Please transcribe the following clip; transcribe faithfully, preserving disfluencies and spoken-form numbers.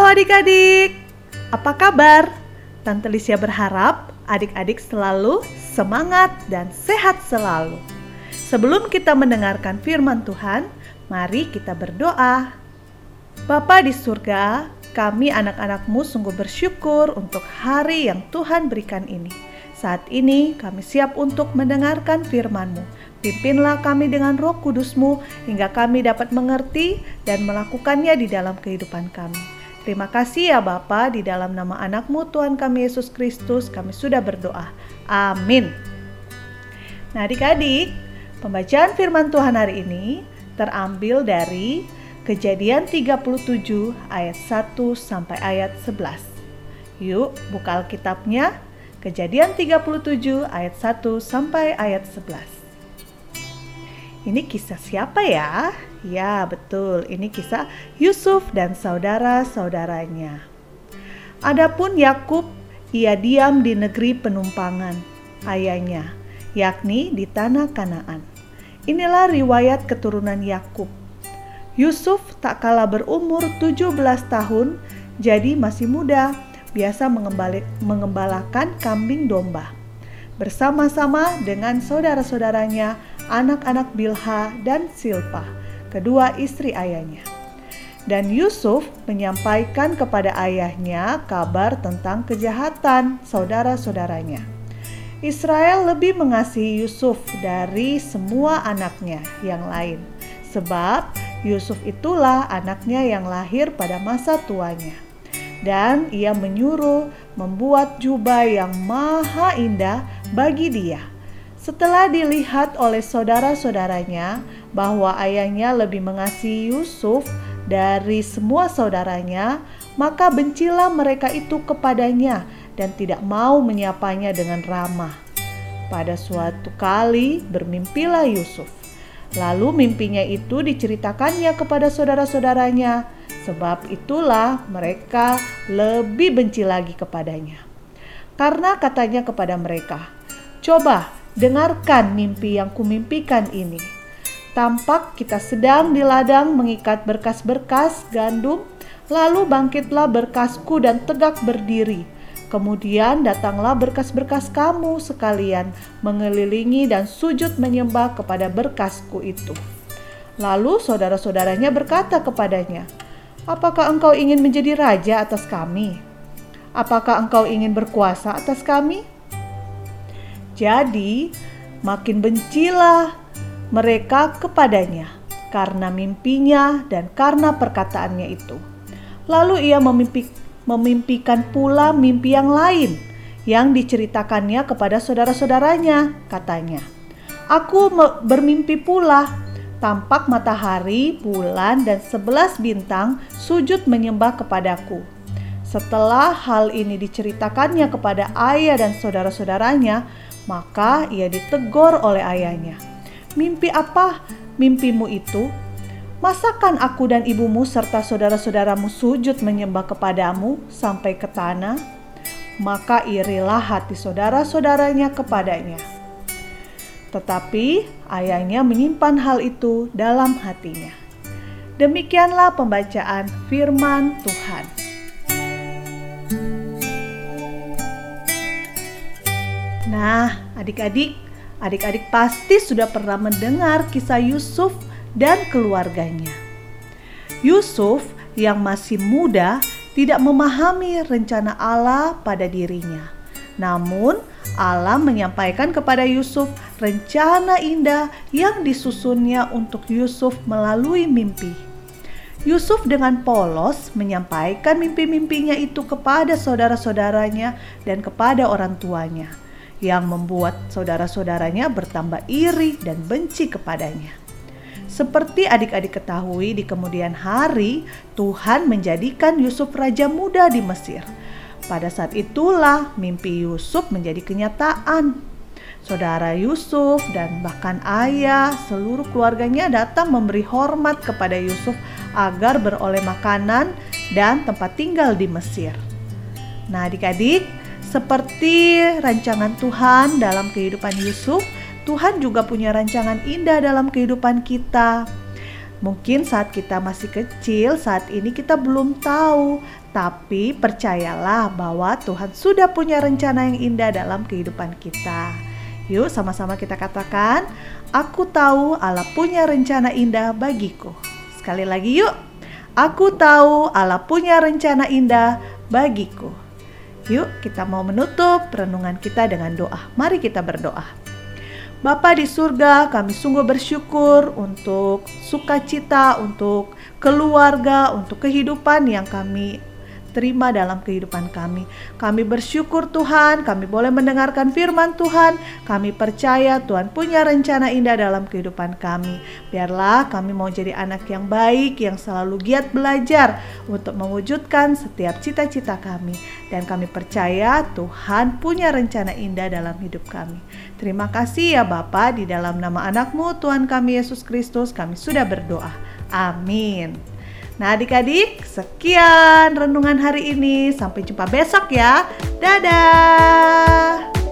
adik-adik, apa kabar? Tante Lisya berharap adik-adik selalu semangat dan sehat selalu. Sebelum kita mendengarkan firman Tuhan, mari kita berdoa. Bapa di surga, kami anak-anak-Mu sungguh bersyukur untuk hari yang Tuhan berikan ini. Saat ini kami siap untuk mendengarkan firman-Mu. Pimpinlah kami dengan Roh Kudus-Mu hingga kami dapat mengerti dan melakukannya di dalam kehidupan kami. Terima kasih ya Bapa, di dalam nama anak-Mu Tuhan kami Yesus Kristus kami sudah berdoa. Amin. Nah adik-adik, pembacaan firman Tuhan hari ini terambil dari Kejadian tiga puluh tujuh ayat satu sampai ayat sebelas. Yuk buka Alkitabnya, Kejadian tiga puluh tujuh ayat satu sampai ayat sebelas. Ini kisah siapa ya? Ya betul, ini kisah Yusuf dan saudara-saudaranya. Adapun Yakub, ia diam di negeri penumpangan ayahnya, yakni di tanah Kanaan. Inilah riwayat keturunan Yakub. Yusuf tak kalah berumur tujuh belas tahun, jadi masih muda, biasa mengembalakan kambing domba. Bersama-sama dengan saudara-saudaranya, anak-anak Bilha dan Silpa, kedua istri ayahnya. Dan Yusuf menyampaikan kepada ayahnya kabar tentang kejahatan saudara-saudaranya. Israel lebih mengasihi Yusuf dari semua anaknya yang lain, sebab Yusuf itulah anaknya yang lahir pada masa tuanya. Dan ia menyuruh membuat jubah yang maha indah bagi dia. Setelah dilihat oleh saudara-saudaranya bahwa ayahnya lebih mengasihi Yusuf dari semua saudaranya, maka bencilah mereka itu kepadanya dan tidak mau menyapanya dengan ramah. Pada suatu kali bermimpilah Yusuf. Lalu mimpinya itu diceritakannya kepada saudara-saudaranya, sebab itulah mereka lebih benci lagi kepadanya. Karena katanya kepada mereka, "Coba dengarkan mimpi yang kumimpikan ini. Tampak kita sedang di ladang mengikat berkas-berkas gandum, lalu bangkitlah berkasku dan tegak berdiri. Kemudian datanglah berkas-berkas kamu sekalian mengelilingi dan sujud menyembah kepada berkasku itu." Lalu saudara-saudaranya berkata kepadanya, "Apakah engkau ingin menjadi raja atas kami? Apakah engkau ingin berkuasa atas kami?" Jadi makin bencilah mereka kepadanya karena mimpinya dan karena perkataannya itu. Lalu ia memimpi Memimpikan pula mimpi yang lain yang diceritakannya kepada saudara-saudaranya. Katanya, "Aku bermimpi pula, tampak matahari, bulan, dan sebelas bintang sujud menyembah kepadaku." Setelah hal ini diceritakannya kepada ayah dan saudara-saudaranya, maka ia ditegur oleh ayahnya. "Mimpi apa mimpimu itu? Masakan aku dan ibumu serta saudara-saudaramu sujud menyembah kepadamu sampai ke tanah?" Maka irilah hati saudara-saudaranya kepadanya. Tetapi ayahnya menyimpan hal itu dalam hatinya. Demikianlah pembacaan firman Tuhan. Nah, adik-adik, adik-adik pasti sudah pernah mendengar kisah Yusuf dan keluarganya. Yusuf yang masih muda tidak memahami rencana Allah pada dirinya. Namun Allah menyampaikan kepada Yusuf rencana indah yang disusunnya untuk Yusuf melalui mimpi. Yusuf dengan polos menyampaikan mimpi-mimpinya itu kepada saudara-saudaranya dan kepada orang tuanya, yang membuat saudara-saudaranya bertambah iri dan benci kepadanya. Seperti adik-adik ketahui, di kemudian hari Tuhan menjadikan Yusuf raja muda di Mesir. Pada saat itulah mimpi Yusuf menjadi kenyataan. Saudara Yusuf dan bahkan ayah, seluruh keluarganya datang memberi hormat kepada Yusuf agar beroleh makanan dan tempat tinggal di Mesir. Nah adik-adik, seperti rancangan Tuhan dalam kehidupan Yusuf, Tuhan juga punya rancangan indah dalam kehidupan kita. Mungkin saat kita masih kecil, saat ini kita belum tahu Tapi percayalah bahwa Tuhan sudah punya rencana yang indah dalam kehidupan kita. Yuk sama-sama kita katakan, aku tahu Allah punya rencana indah bagiku. Sekali lagi yuk, aku tahu Allah punya rencana indah bagiku. Yuk kita mau menutup renungan kita dengan doa. Mari kita berdoa. Bapa di surga, kami sungguh bersyukur untuk sukacita, untuk keluarga, untuk kehidupan yang kami terima dalam kehidupan kami. Kami bersyukur Tuhan, kami boleh mendengarkan firman Tuhan. Kami percaya Tuhan punya rencana indah dalam kehidupan kami. Biarlah kami mau jadi anak yang baik, yang selalu giat belajar untuk mewujudkan setiap cita-cita kami. Dan kami percaya Tuhan punya rencana indah dalam hidup kami. Terima kasih ya Bapa, di dalam nama anak-Mu Tuhan kami Yesus Kristus kami sudah berdoa. Amin. Nah adik-adik, sekian renungan hari ini. Sampai jumpa besok ya. Dadah.